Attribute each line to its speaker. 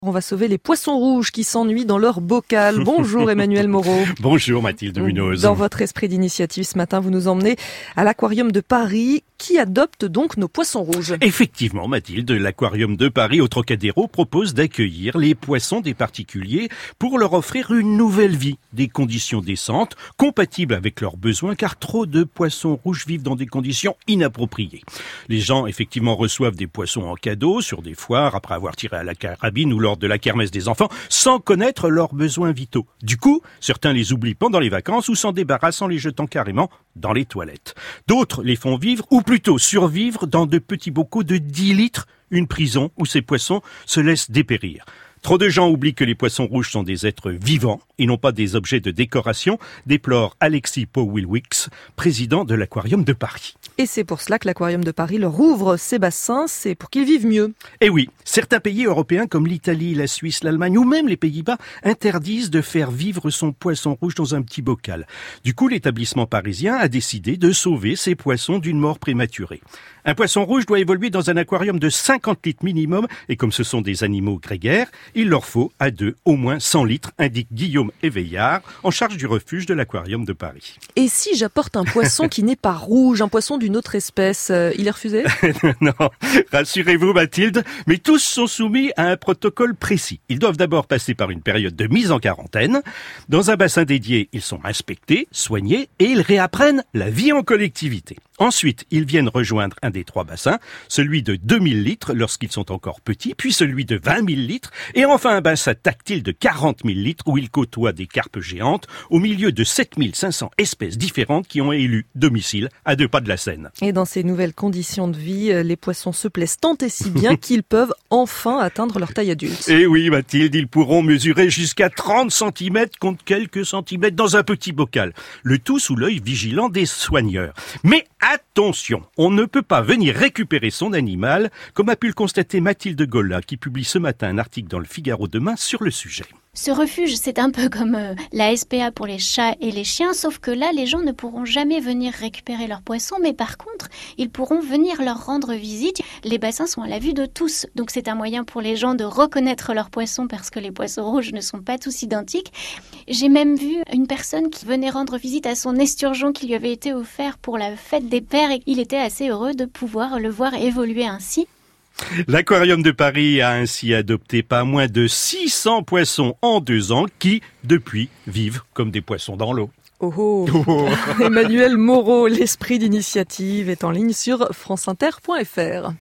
Speaker 1: On va sauver les poissons rouges qui s'ennuient dans leur bocal. Bonjour Emmanuel Moreau.
Speaker 2: Bonjour Mathilde Munoz.
Speaker 1: Dans votre esprit d'initiative ce matin, vous nous emmenez à l'Aquarium de Paris qui adopte donc nos poissons rouges.
Speaker 2: Effectivement Mathilde, l'Aquarium de Paris au Trocadéro propose d'accueillir les poissons des particuliers pour leur offrir une nouvelle vie, des conditions décentes, compatibles avec leurs besoins car trop de poissons rouges vivent dans des conditions inappropriées. Les gens effectivement reçoivent des poissons en cadeau sur des foires après avoir tiré à la carabine ou lors de la kermesse des enfants sans connaître leurs besoins vitaux. Du coup, certains les oublient pendant les vacances ou s'en débarrassent en les jetant carrément dans les toilettes. D'autres les font vivre ou plutôt survivre dans de petits bocaux de 10 litres, une prison où ces poissons se laissent dépérir. Trop de gens oublient que les poissons rouges sont des êtres vivants et non pas des objets de décoration, déplore Alexis Powilwicks, président de l'Aquarium de Paris.
Speaker 1: Et c'est pour cela que l'Aquarium de Paris leur ouvre ses bassins, c'est pour qu'ils vivent mieux.
Speaker 2: Eh oui, certains pays européens comme l'Italie, la Suisse, l'Allemagne ou même les Pays-Bas interdisent de faire vivre son poisson rouge dans un petit bocal. Du coup, l'établissement parisien a décidé de sauver ces poissons d'une mort prématurée. Un poisson rouge doit évoluer dans un aquarium de 50 litres minimum et comme ce sont des animaux grégaires, il leur faut à deux au moins 100 litres, indique Guillaume Éveillard, en charge du refuge de l'Aquarium de Paris.
Speaker 1: Et si j'apporte un poisson qui n'est pas rouge, un poisson d'une autre espèce, il est refusé ?
Speaker 2: Non, rassurez-vous Mathilde, mais tous sont soumis à un protocole précis. Ils doivent d'abord passer par une période de mise en quarantaine. Dans un bassin dédié, ils sont inspectés, soignés et ils réapprennent la vie en collectivité. Ensuite, ils viennent rejoindre un des 3 bassins, celui de 2000 litres lorsqu'ils sont encore petits, puis celui de 20 000 litres, et enfin un bassin tactile de 40 000 litres où ils côtoient des carpes géantes au milieu de 7500 espèces différentes qui ont élu domicile à 2 pas de la Seine.
Speaker 1: Et dans ces nouvelles conditions de vie, les poissons se plaisent tant et si bien qu'ils peuvent enfin atteindre leur taille adulte.
Speaker 2: Et oui Mathilde, ils pourront mesurer jusqu'à 30 cm contre quelques centimètres dans un petit bocal. Le tout sous l'œil vigilant des soigneurs. Mais attention, on ne peut pas venir récupérer son animal, comme a pu le constater Mathilde Golla, qui publie ce matin un article dans le Figaro demain sur le sujet.
Speaker 3: Ce refuge, c'est un peu comme la SPA pour les chats et les chiens, sauf que là, les gens ne pourront jamais venir récupérer leurs poissons, mais par contre, ils pourront venir leur rendre visite. Les bassins sont à la vue de tous, donc c'est un moyen pour les gens de reconnaître leurs poissons parce que les poissons rouges ne sont pas tous identiques. J'ai même vu une personne qui venait rendre visite à son esturgeon qui lui avait été offert pour la fête des pères et il était assez heureux de pouvoir le voir évoluer ainsi.
Speaker 2: L'Aquarium de Paris a ainsi adopté pas moins de 600 poissons en 2 ans qui, depuis, vivent comme des poissons dans l'eau.
Speaker 1: Oh oh. Emmanuel Moreau, l'esprit d'initiative est en ligne sur franceinter.fr.